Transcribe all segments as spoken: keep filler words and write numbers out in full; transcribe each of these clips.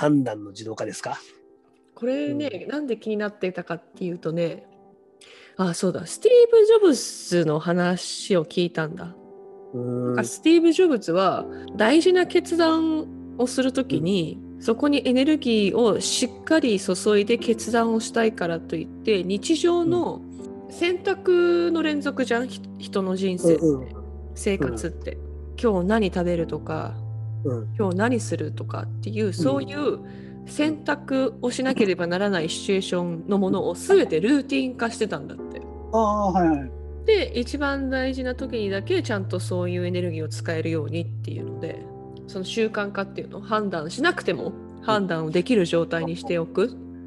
判断の自動化ですか？ これね、うん、なんで気になっていたかっていうとね、あ、そうだ、スティーブ・ジョブズの話を聞いたんだ。なんかスティーブ・ジョブズは大事な決断をするときに、うん、そこにエネルギーをしっかり注いで決断をしたいからといって日常の選択の連続じゃん、人の人生って、うん、生活って、うん、今日何食べるとか、うん、今日何するとかっていうそういう選択をしなければならないシチュエーションのものを全てルーティン化してたんだって。 ああ、はいはい。 で一番大事な時にだけちゃんとそういうエネルギーを使えるようにっていうので、その習慣化っていうのを判断しなくても判断をできる状態にしておく、うん、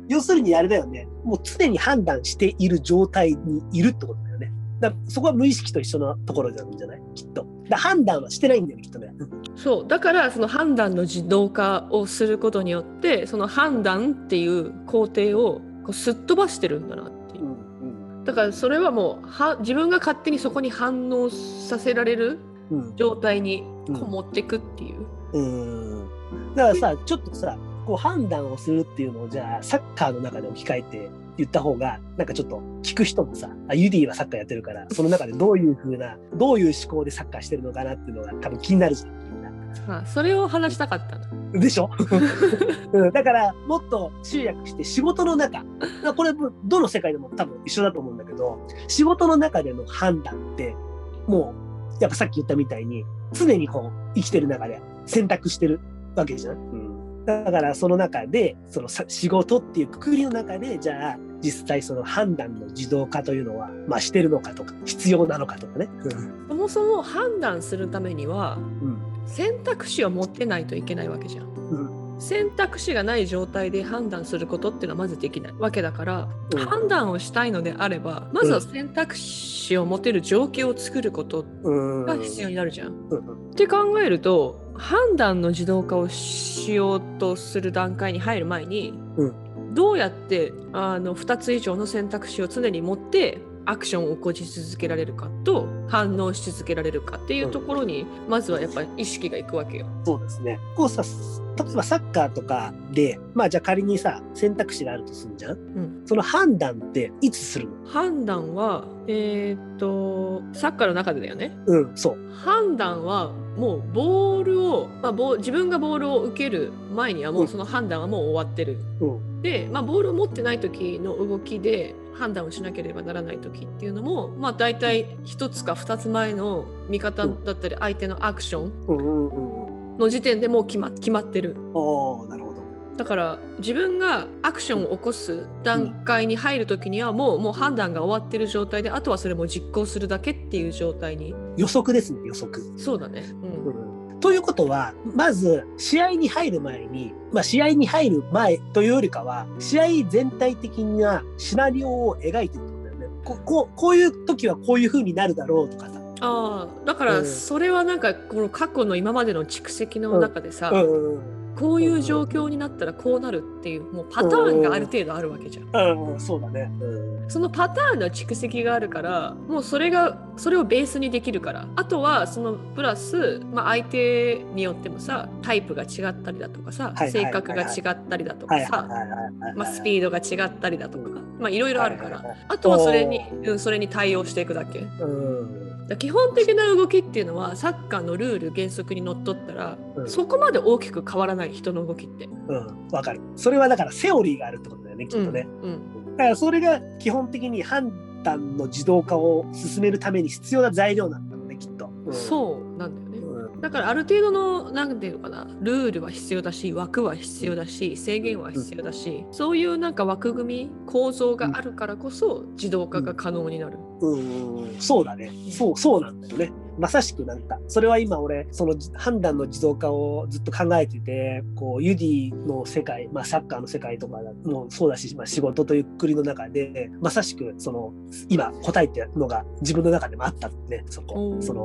要するにあれだよね、もう常に判断している状態にいるってことだよね。だからそこは無意識と一緒のところなんじゃない、きっと。だ判断はしてないんだよね、きっとね。 そうだからその判断の自動化をすることによってその判断っていう工程をこうすっ飛ばしてるんだなっていう、うんうん、だからそれはもうは自分が勝手にそこに反応させられる状態にこう持っていくっていう、 うんうん、だからさちょっとさこう判断をするっていうのをじゃあサッカーの中で置き換えて言った方がなんかちょっと聞く人もさ、あユディはサッカーやってるからその中でどういう風などういう思考でサッカーしてるのかなっていうのが多分気になるじゃん。 ああそれを話したかったのでしょ、うん、だからもっと集約して仕事の中、これどの世界でも多分一緒だと思うんだけど、仕事の中での判断ってもうやっぱさっき言ったみたいに常にこう生きてる中で選択してるわけじゃん、うん、だからその中でその仕事っていう括りの中でじゃあ実際その判断の自動化というのは、まあ、してるのかとか必要なのかとかね、うん、 そもそも判断するためには、うん選択肢を持ってないといけないわけじゃん、うん、選択肢がない状態で判断することっていうのはまずできないわけだから、うん、判断をしたいのであればまずは選択肢を持てる状況を作ることが必要になるじゃん、うん、って考えると判断の自動化をしようとする段階に入る前に、うん、どうやってあのふたつ以上の選択肢を常に持ってアクションを起こし続けられるかと反応し続けられるかっていうところにまずはやっぱり意識がいくわけよ。 そうですね。こうさ、例えばサッカーとかで、まあじゃあ仮にさ選択肢があるとするじゃん、うん、その判断っていつするの？ 判断はえー、っとサッカーの中でだよね。 うん、そう。 判断はもうボールを、まあ、ボ自分がボールを受ける前にはもうその判断はもう終わってる、うん、で、まあ、ボールを持ってない時の動きで判断をしなければならない時っていうのも、まあ、大体ひとつかふたつまえの見方だったり相手のアクションの時点でもう決ま、決まってる。 ああ、なるほど。 だから自分がアクションを起こす段階に入る時にはもう、もう判断が終わってる状態であとはそれも実行するだけっていう状態に。 予測ですね、予測。 そうだね、 うんうん、ということはまず試合に入る前に、まあ、試合に入る前というよりかは試合全体的なシナリオを描いてるってことだよね。こ, こ, こういう時はこういう風になるだろうとかさ。 ああ、だからそれはなんかこの過去の今までの蓄積の中でさ、うんうんうんこういう状況になったらこうなるっていうもうパターンがある程度あるわけじゃん。 うんうん、そうだね、 うん。そのパターンの蓄積があるからもうそれがそれをベースにできるから、あとはそのプラス、まあ、相手によってもさタイプが違ったりだとかさ、はいはいはいはい、性格が違ったりだとかさ、スピードが違ったりだとか、まあいろいろあるから、はいはいはい、あとはそれに、うん、それに対応していくだけ。うん基本的な動きっていうのはサッカーのルール原則にのっとったら、うん、そこまで大きく変わらない人の動きって。 うん、わかる。それはだからセオリーがあるってことだよね、きっとね。うんうん、だからそれが基本的に判断の自動化を進めるために必要な材料なんだろうね、きっと。 うん、そうなんだよね。うん、だからある程度のなんていうのかな、ルールは必要だし、枠は必要だし、制限は必要だし、うん、そういうなんか枠組み構造があるからこそ自動化が可能になる。 うん、うん、そうだね。そうそうなんだよね。まさしくなんかそれは今俺その判断の自動化をずっと考えてて、こうユディの世界、まあ、サッカーの世界とかもそうだし、まあ、仕事というくりの中でまさしくその今答えてるのが自分の中でもあったんでね、そこその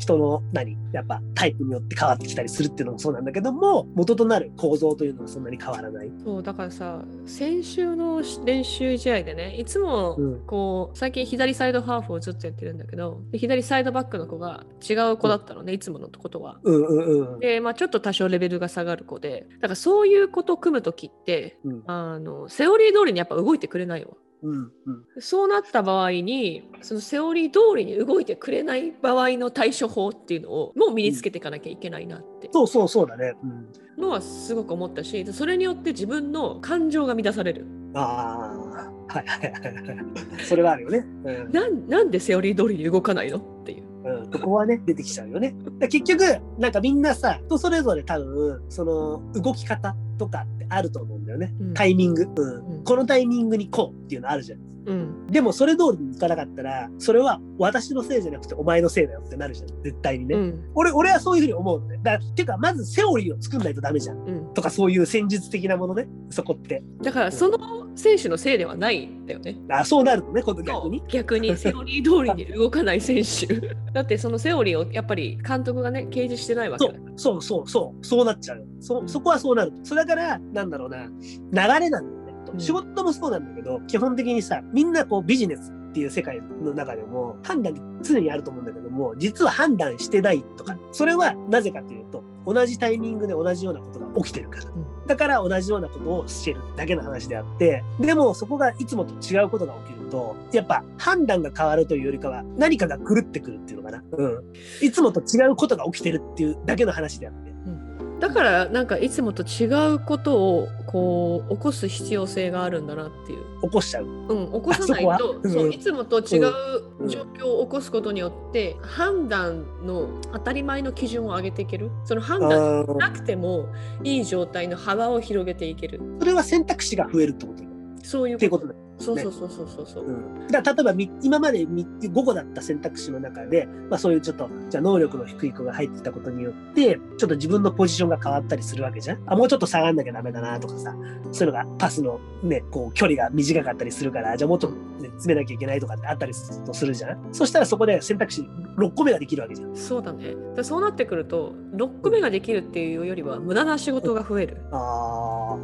人の何やっぱタイプによって変わってきたりするっていうのもそうなんだけども、元となる構造というのはそんなに変わらない。 そうだからさ、先週の練習試合でね、いつもこう、うん、最近左サイドハーフをずっとやってるんだけど、左サイドバックの子が違う子だったのね、うん、いつものことは。 うんうんうん、 で、まあ、ちょっと多少レベルが下がる子で、だからそういうことを組むときって、うん、あのセオリー通りにやっぱ動いてくれないわ。 うんうん、 そうなった場合にそのセオリー通りに動いてくれない場合の対処法っていうのをもう身につけていかなきゃいけないなって、 うん、そうそうそうだね、うん、 のはすごく思ったし、それによって自分の感情が乱される。 ああ、はいはいはいそれはあるよね、 うん、な, なんでセオリー通りに動かないのっていう、 うん、そこはね出てきちゃうよね。だ結局なんかみんなさ人それぞれ多分その動き方とかってあると思うんだよね、うん、タイミング、うんうん、このタイミングにこうっていうのあるじゃん、うん、でもそれ通りにいかなかったらそれは私のせいじゃなくてお前のせいだよってなるじゃん絶対にね、うん、俺, 俺はそういうふうに思うんだよ。だっていうかまずセオリーを作んないとダメじゃん、うん、とかそういう戦術的なものね、そこってだからその選手のせいではないんだよね、 うん、あそうなるとね今度逆に逆にセオリー通りに動かない選手だってそのセオリーをやっぱり監督がね掲示してないわけだから。 そうそうそうそうなっちゃう。 そ, そこはそうなる。それだからなんだろうな流れなんだよね、うん、仕事もそうなんだけど基本的にさみんなこうビジネスっていう世界の中でも判断常にあると思うんだけども実は判断してないとか、それはなぜかというと同じタイミングで同じようなことが起きてるから、うん、だから同じようなことをしてるだけの話であって、でもそこがいつもと違うことが起きるとやっぱ判断が変わるというよりかは何かが狂ってくるっていうのかな、うん、いつもと違うことが起きてるっていうだけの話であって、 うん、だからなんかいつもと違うことをこう起こす必要性があるんだなっていう。 起こしちゃう、 うん、起こさないと、そそういつもと違う状況を起こすことによって、うん、判断の当たり前の基準を上げていける。その判断しなくてもいい状態の幅を広げていける。 それは選択肢が増えるってことだ。 そういうことだ。 そうそうそうそうそう、うん、 だから例えば今までごこだった選択肢の中で、まあ、そういうちょっとじゃあ能力の低い子が入ってきたことによってちょっと自分のポジションが変わったりするわけじゃん。あもうちょっと下がんなきゃダメだなとかさ、そういうのがパスのねこう距離が短かったりするからじゃあもっと、ね、詰めなきゃいけないとかってあったりするとするじゃん。そしたらそこで選択肢ろっこめができるわけじゃん。 そうだね。だそうなってくるとろっこめができるっていうよりは無駄な仕事が増える、うん、あ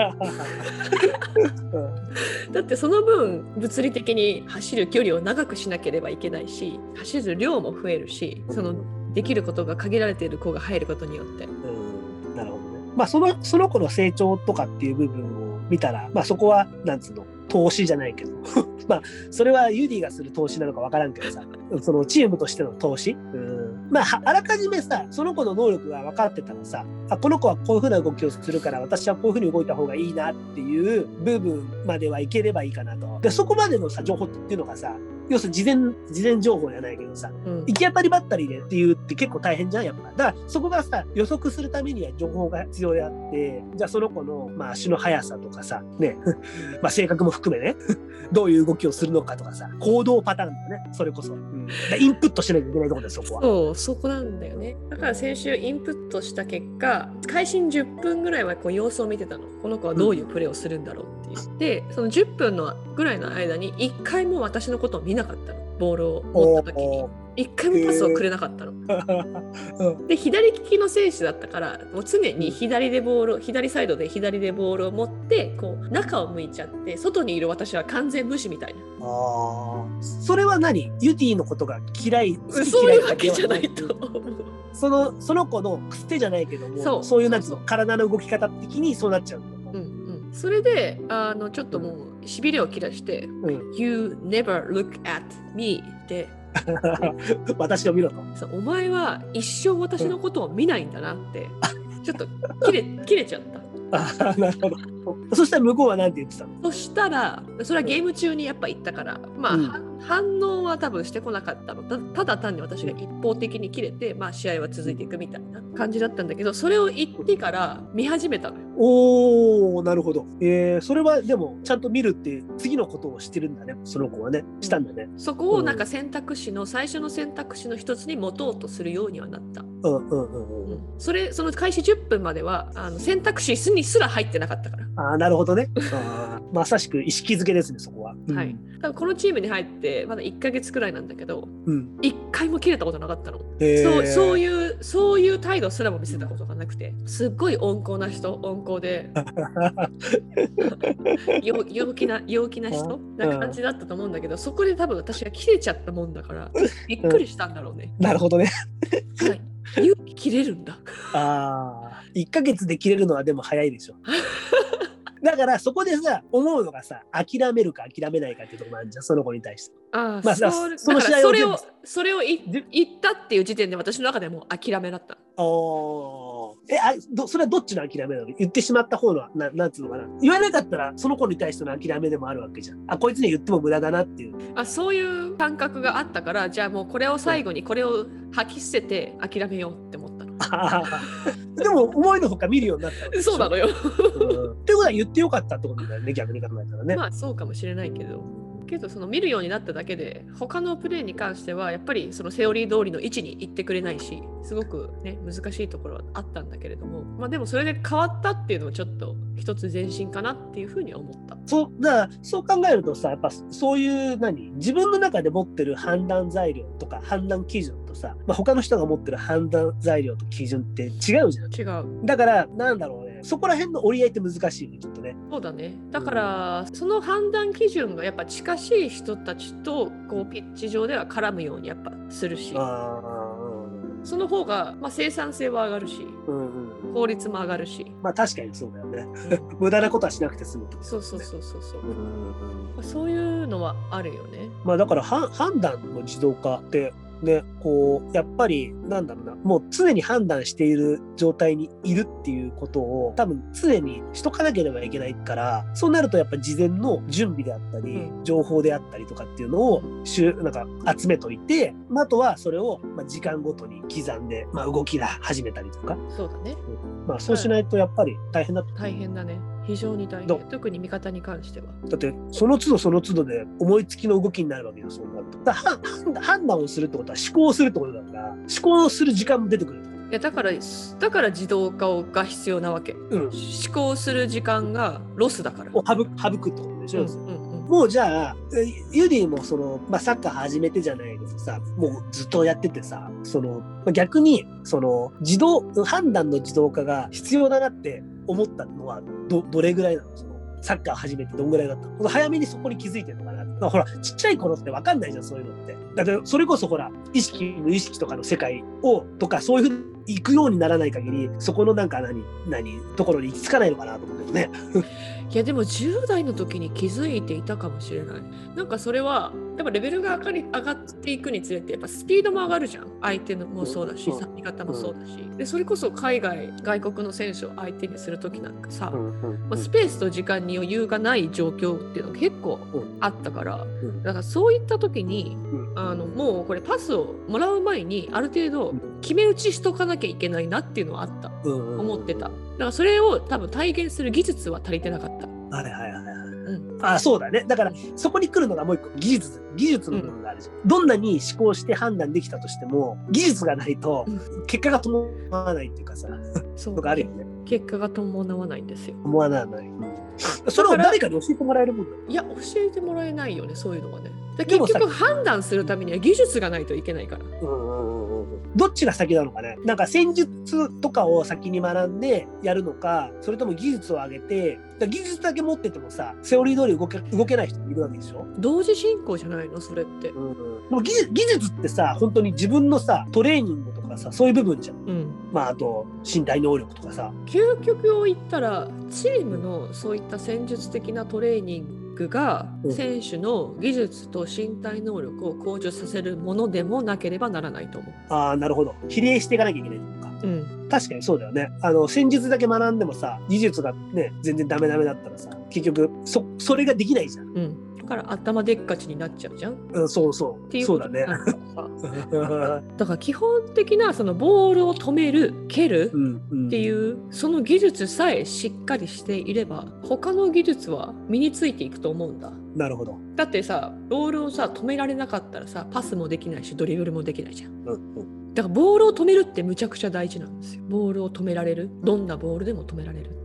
だってその分物理的に走る距離を長くしなければいけないし走る量も増えるし、そのできることが限られている子が入ることによって、 うん、なるほどね。まあそのその子の成長とかっていう部分を見たら、まあそこはなんつうの投資じゃないけどまあそれはユディがする投資なのかわからんけどさ、そのチームとしての投資、うん、まああらかじめさその子の能力が分かってたらさ、あこの子はこういう風な動きをするから私はこういう風に動いた方がいいなっていう部分まではいければいいかなと。でそこまでのさ情報っていうのがさ、要するに事前事前情報じゃないけどさ、うん、行き当たりばったりでっていうって結構大変じゃんやっぱ。だからそこがさ予測するためには情報が必要であって、じゃあその子の、まあ、足の速さとかさねまあ性格も含めねどういう動きをするのかとかさ、行動パターンだよねそれこそ、うん、インプットしなきゃいけないところですそこは。 そうそこなんだよね。だから先週インプットした結果開始じゅっぷんぐらいはこう様子を見てたの。この子はどういうプレーをするんだろうっていう、うん、でそのじゅっぷんのぐらいの間にいっかいも私のことを見なかったの。ボールを持った時に一回もパスをくれなかったの、で左利きの選手だったからもう常に左でボール左サイドで左でボールを持ってこう中を向いちゃって外にいる私は完全無視みたいな。 あそれは何ユティのことが嫌い好きそう嫌いいうわけじゃないと思う。 そのその子の癖じゃないけどもそうそういうなんつうの体の動き方的にそうなっちゃうの。 うんうん、それであのちょっともうしびれを切らして、うん、You never look at me って私を見ろと。 そうお前は一生私のことを見ないんだなって、うん、ちょっと切れ切れちゃった。 あなるほど。そしたら向こうは何て言ってたの？ そしたらそれはゲーム中にやっぱ言ったから、まあ、うん、反応は多分してこなかったの。 た, ただ単に私が一方的に切れて、まあ、試合は続いていくみたいな感じだったんだけど、それを言ってから見始めたのよ。 おーなるほど、えー、それはでもちゃんと見るって次のことをしてるんだねその子はね。したんだね、 うん、そこをなんか選択肢の、うん、最初の選択肢の一つに持とうとするようにはなった。 うんうんうんうん、 それその開始じゅっぷんまではあの選択肢にすら入ってなかったから。 あなるほどねまさしく意識づけですね、そこは。 はい。多分このチームに入ってまだいっかげつくらいなんだけど、 うん、 いっかいも切れたことなかったの。 へーそう、そういうそういう態度すらも見せたことがなくて、すっごい温厚な人、温厚で陽陽気な陽気な人な感じだったと思うんだけど、そこで多分私が切れちゃったもんだからびっくりしたんだろうね。 なるほどね。 はい。勇気切れるんだ。 ああ、いっかげつで切れるのはでも早いでしょ。だからそこでさ、思うのがさ、諦めるか諦めないかっていうところなんじゃん、その子に対して。 ああ、 まあ、 そその試合をそれをそれをい言ったっていう時点で私の中でもう諦めだった。 おえあどそれはどっちの諦めなの？言ってしまった方のななんつうのかな、言わなかったらその子に対しての諦めでもあるわけじゃん。あ、こいつに言っても無駄だなっていう。 あ、そういう感覚があったから、じゃあもうこれを最後にこれを吐き捨てて諦めようって思ったの。 でも思いのほか見るようになったわけでしょ。 そうなのよ、 うん。ってことは言ってよかったってことだよね、逆に考えたらね。 まあそうかもしれないけど。けどその見るようになっただけで他のプレーに関してはやっぱりそのセオリー通りの位置に行ってくれないし、すごくね難しいところはあったんだけれども、まあでもそれで変わったっていうのはちょっと一つ前進かなっていうふうに思った。 そうだからそう考えるとさ、やっぱそういう何自分の中で持ってる判断材料とか判断基準とさ、まあ、他の人が持ってる判断材料と基準って違うじゃん。 違う。 だからなんだろうね、そこら辺の折り合いって難しいね、きっとね。 そうだね。だからその判断基準がやっぱ近しい人たちとこうピッチ上では絡むようにやっぱするし、 あ、 その方がまあ生産性は上がるし、 うんうん、 効率も上がるし、 まあ確かにそうだよね。無駄なことはしなくて済むと、ね。 そうそうそうそうそう、 うんうん、 まあ、そういうのはあるよね。 まあだから判断の自動化ってね、こうやっぱりなんだろうな、もう常に判断している状態にいるっていうことを多分常にしとかなければいけないから、そうなるとやっぱ事前の準備であったり、うん、情報であったりとかっていうのをなんか集めといて、あとはそれをまあ時間ごとに刻んで、まあ、動きが始めたりとか。 そうだね、 うん、まあそうしないとやっぱり大変だと。 大変だね、非常に大変。特に味方に関しては。 だってその都度その都度で思いつきの動きになるわけよ、そうなると。だから判断をするってことは思考をするってことだから、思考をする時間も出てくる。 いやだからだから自動化が必要なわけ。うん、思考する時間がロスだから。 を省く省くってことでしょ。うんうんうん、 もうじゃあユディもその、まあ、サッカー始めてじゃないけどさ、もうずっとやっててさ、その、まあ、逆にその自動判断の自動化が必要だなって思ったのは ど, どれぐらいなの？そのサッカー始めてどんぐらいだったの？早めにそこに気づいてるのかな。まあ、ほらちっちゃい頃って分かんないじゃん、そういうのって。だからそれこそほら意識無意識とかの世界をとかそういうふうに行くようにならない限り、そこのなんか何何ところに行き着かないのかなと思ってね。 いやでもじゅう代の時に気づいていたかもしれない。なんかそれはやっぱレベルが上がっていくにつれてやっぱスピードも上がるじゃん。相手のもそうだし、うん、味方もそうだし、うん、でそれこそ海外外国の選手を相手にする時なんかさ、うんうん、まあ、スペースと時間に余裕がない状況っていうのが結構あったから、うん、だからそういった時に、うん、あのもうこれパスをもらう前にある程度決め打ちしとかなきゃいけないなっていうのはあった、うん、思ってた。だからそれを多分体現する技術は足りてなかった。 はいはいはいはい。うん、あ、そうだね。だからそこに来るのがもう一個技術技術の部分があるじゃん、うん、どんなに思考して判断できたとしても技術がないと結果が伴わないっていうかさ、そうとかあるよね。 結果が伴わないんですよ。 伴わない、うん、それを誰かに教えてもらえるもんだ。 いや教えてもらえないよね、そういうのはね。で結局判断するためには技術がないといけないから。うんどっちが先なのかね。なんか戦術とかを先に学んでやるのか、それとも技術を上げて、技術だけ持っててもさ、セオリー通り動け、動けない人もいるわけでしょ。 同時進行じゃないのそれって。 うん、でも技術、技術ってさ、本当に自分のさトレーニングとかさ、そういう部分じゃん。うん、まああと身体能力とかさ。 究極を言ったらチームのそういった戦術的なトレーニングが選手の技術と身体能力を向上させるものでもなければならないと思う。 ああ、なるほど。比例していかなきゃいけないのか。うん、確かにそうだよね。あの戦術だけ学んでもさ、技術がね全然ダメダメだったらさ、結局そそれができないじゃん。うん、だから頭でっかちになっちゃうじゃん。うん、そうそうっていうそうだね。 だから基本的なそのボールを止める蹴るっていう、うんうん、その技術さえしっかりしていれば他の技術は身についていくと思うんだ。 なるほど。 だってさボールをさ止められなかったらさパスもできないしドリブルもできないじゃん。うんうん、だからボールを止めるってむちゃくちゃ大事なんですよ。ボールを止められる、どんなボールでも止められるっていう。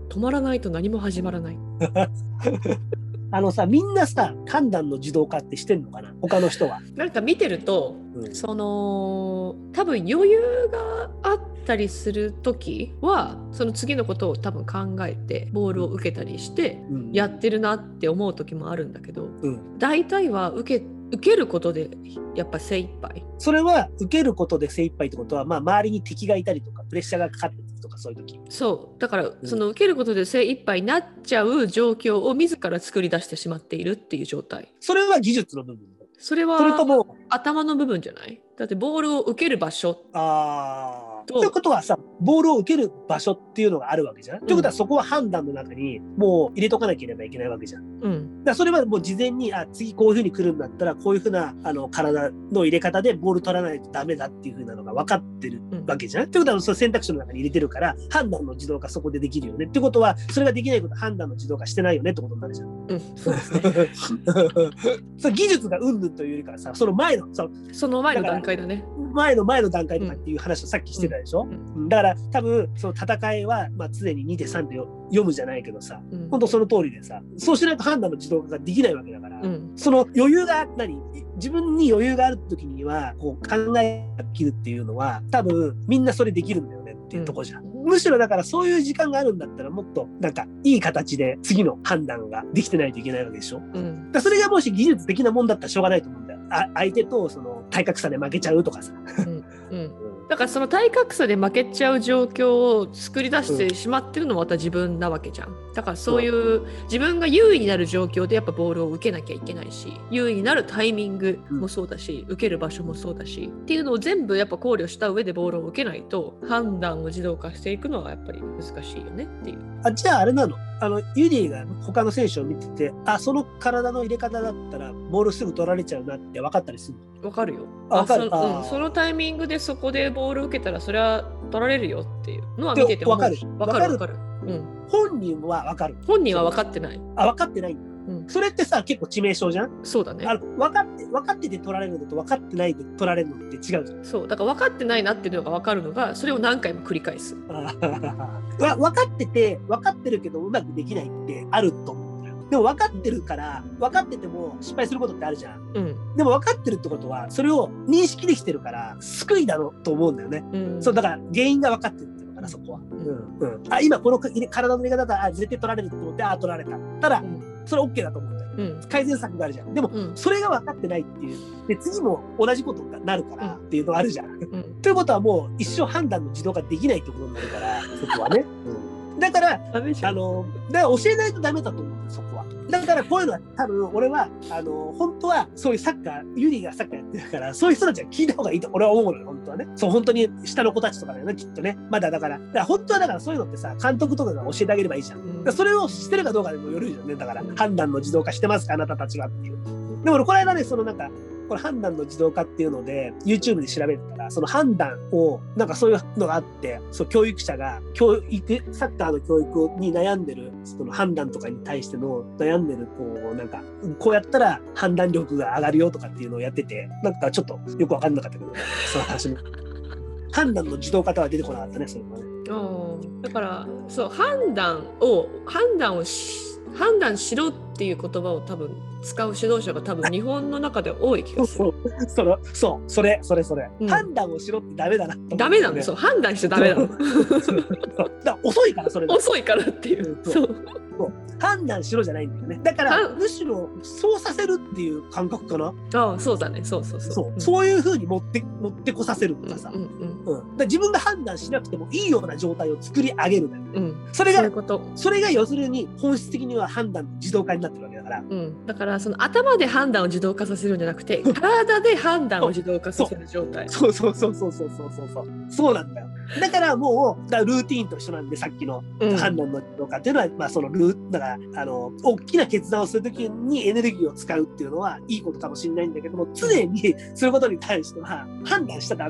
止まらないと何も始まらない。 あのさ、みんなさ、判断の自動化ってしてんのかな、他の人は。 なんか見てると、うん、その多分余裕があったりする時はその次のことを多分考えてボールを受けたりしてやってるなって思う時もあるんだけど、うん、大体は受け受けることでやっぱ精一杯。 それは受けることで精一杯ってことは、まあ、周りに敵がいたりとかプレッシャーがかかってるとかそういう時。 そうだから、うん、その受けることで精一杯になっちゃう状況を自ら作り出してしまっているっていう状態。 それは技術の部分。 それはそれとも頭の部分じゃない？だってボールを受ける場所。 ああ。ということはさ、ボールを受ける場所っていうのがあるわけじゃん。うん、ということはそこは判断の中にもう入れとかなければいけないわけじゃん。うん、だからそれはもう事前にあ次こういうふうに来るんだったらこういうふうなあの体の入れ方でボール取らないとダメだっていうふうなのが分かってるわけじゃん。うん、ということはその選択肢の中に入れてるから判断の自動化そこでできるよね。ってことはそれができないことは判断の自動化してないよねってことになるじゃん。うん、そうですね。そ技術がうんぬんというよりかさ、その前のその、 その前の段階だね。 前の前の段階とかっていう話をさっきしてたでしょ。うんうん、だから多分その戦いはまあ常ににでさんで読むじゃないけどさ、うん、本当その通りでさ、そうしないと判断の自動化ができないわけだから、うん、その余裕が何自分に余裕がある時にはこう考えができるっていうのは多分みんなそれできるんだよねっていうところじゃん。うん、むしろだからそういう時間があるんだったらもっとなんかいい形で次の判断ができてないといけないわけでしょ。うん、だそれがもし技術的なもんだったらしょうがないと思うんだよ。あ相手とその体格差で負けちゃうとかさ。うんうんだからその体格差で負けちゃう状況を作り出してしまってるのもまた自分なわけじゃん。だからそういう自分が優位になる状況でやっぱボールを受けなきゃいけないし、優位になるタイミングもそうだし、受ける場所もそうだしっていうのを全部やっぱ考慮した上でボールを受けないと判断を自動化していくのはやっぱり難しいよねっていう。 あじゃああれなの、あのユリーが他の選手を見てて、あその体の入れ方だったらボールすぐ取られちゃうなって分かったりするの？ 分かるよ。 あ分かる。 そ, うん、そのタイミングでそこでボールを受けたらそれは取られるよっていうのは見てても分かる。分かる分かる。うん、 本人は分かる。 本人は分かってない。 あ分かってないんだ。うん、それってさ結構致命傷じゃん。 そうだね。 あの分かって分かってて取られるのと分かってないで取られるのって違うじゃん。 そうだから分かってないなっていうのが分かるのがそれを何回も繰り返す。 わ分かってて分かってるけどうまくできないってあると思うんだよ。でも分かってるから分かってても失敗することってあるじゃん。うん、でも分かってるってことはそれを認識できてるから救いだろうと思うんだよね。うん、そうだから原因が分かってるっていうのかなそこは。うんうん、あ今この体の入れ方だったら絶対取られると思ってあ取られた。ただ、うんそれ OK だと思うんだよ、うん、改善策があるじゃん。でも、うん、それが分かってないっていうで次も同じことになるからっていうのがあるじゃん、うん、ということはもう一生判断の自動化できないってことになるからそこはね、うん、だからあのだから教えないとダメだと思うんだよそこは。だからこういうのは多分俺はあの本当はそういうサッカーユリがサッカーやってるからそういう人たちは聞いた方がいいと俺は思うのよ本当はね。そう本当に下の子たちとかだよねきっとねまだだからだから本当はだからそういうのってさ監督とかが教えてあげればいいじゃん、うん、だからそれをしてるかどうかでもよるじゃんね。だから判断の自動化してますかあなたたちはっていう。でも俺この間ねそのなんかこれ判断の自動化っていうので YouTube で調べてたらその判断をなんかそういうのがあってそう教育者が教育サッカーの教育に悩んでるその判断とかに対しての悩んでるこうなんかこうやったら判断力が上がるよとかっていうのをやっててなんかちょっとよく分かんなかったけど、ね、その話の判断の自動化とは出てこなかったねそれはね。 おだからそう判断を判断をし判断しろっていう言葉を多分使う指導者が多分日本の中で多い気がする。 そうそのそうそれそれそれ、うん、判断をしろってダメだなと思って、ね、 ダメなのそう判断しちゃダメなの。 だ遅いからそれ遅いからっていう。そうそう判断しろじゃないんだよね。だからむしろそうさせるっていう感覚かな。 ああそうだねそうそうそうそう、うん、そういう風に持って持ってこさせるとかさ、うんうんうん、だ自分が判断しなくてもいいような状態を作り上げるんだよね、うん、それがそういうことそれが要するに本質的には判断の自動化になってるわけだから、 うん、だからその頭で判断を自動化させるんじゃなくて体で判断を自動化させる状態。 そうそうそうそうそうそうそうそうそうなんだよ。だからもうだからルーティーンと一緒なんでさっきの判断の自動化っていうのは、うん、まあそのルーだからあの大きな決断をするときにエネルギーを使うっていうのはいいことかもしれないんだけども常にすることに対しては判断しちゃダメなんだよ。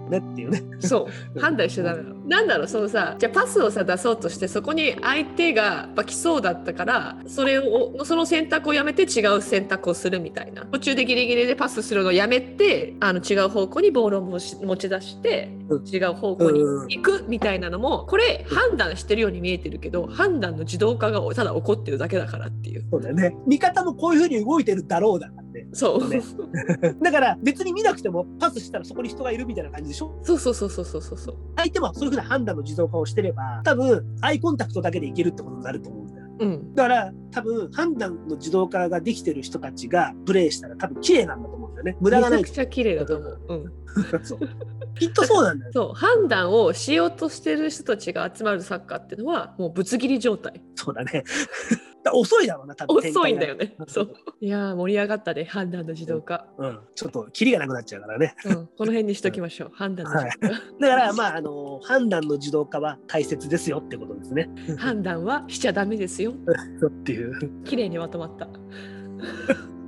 ねっていうね。 そう判断しちゃダメなの。なんだろうそのさじゃあパスをさ出そうとしてそこに相手がやっぱ来そうだったからそれをその選択をやめて違う選択をするみたいな。途中でギリギリでパスするのをやめてあの違う方向にボールを持ち持ち出して、うん、違う方向に行くみたいなのもこれ判断してるように見えてるけど判断の自動化がただ起こってるだけだからっていう。 そうだよね。味方もこういうふうに動いてるだろうだからね。 そう、ね、 だから別に見なくてもパスしたらそこに人がいるみたいな感じでしょ。 そうそうそうそうそうそう。 相手もそういうふうな判断の自動化をしてれば多分アイコンタクトだけでいけるってことになると思うんだよ。うん、だから多分判断の自動化ができてる人たちがプレイしたら多分綺麗なんだと思うんだよね。無駄がない。 めちゃくちゃ綺麗だと思う。うん、 そうきっとそうなんだよ。 そう判断をしようとしてる人たちが集まるサッカーっていうのはもうぶつ切り状態。 そうだね。遅いだろうな多分。 遅いんだよね。そういや盛り上がったね判断の自動化、 うんうん、ちょっとキリがなくなっちゃうからね、 うん、この辺にしときましょう、うん、判断の自動化、はい、 だからまああの判断の自動化は大切ですよってことですね。 判断はしちゃダメですよっていう綺麗にまとまった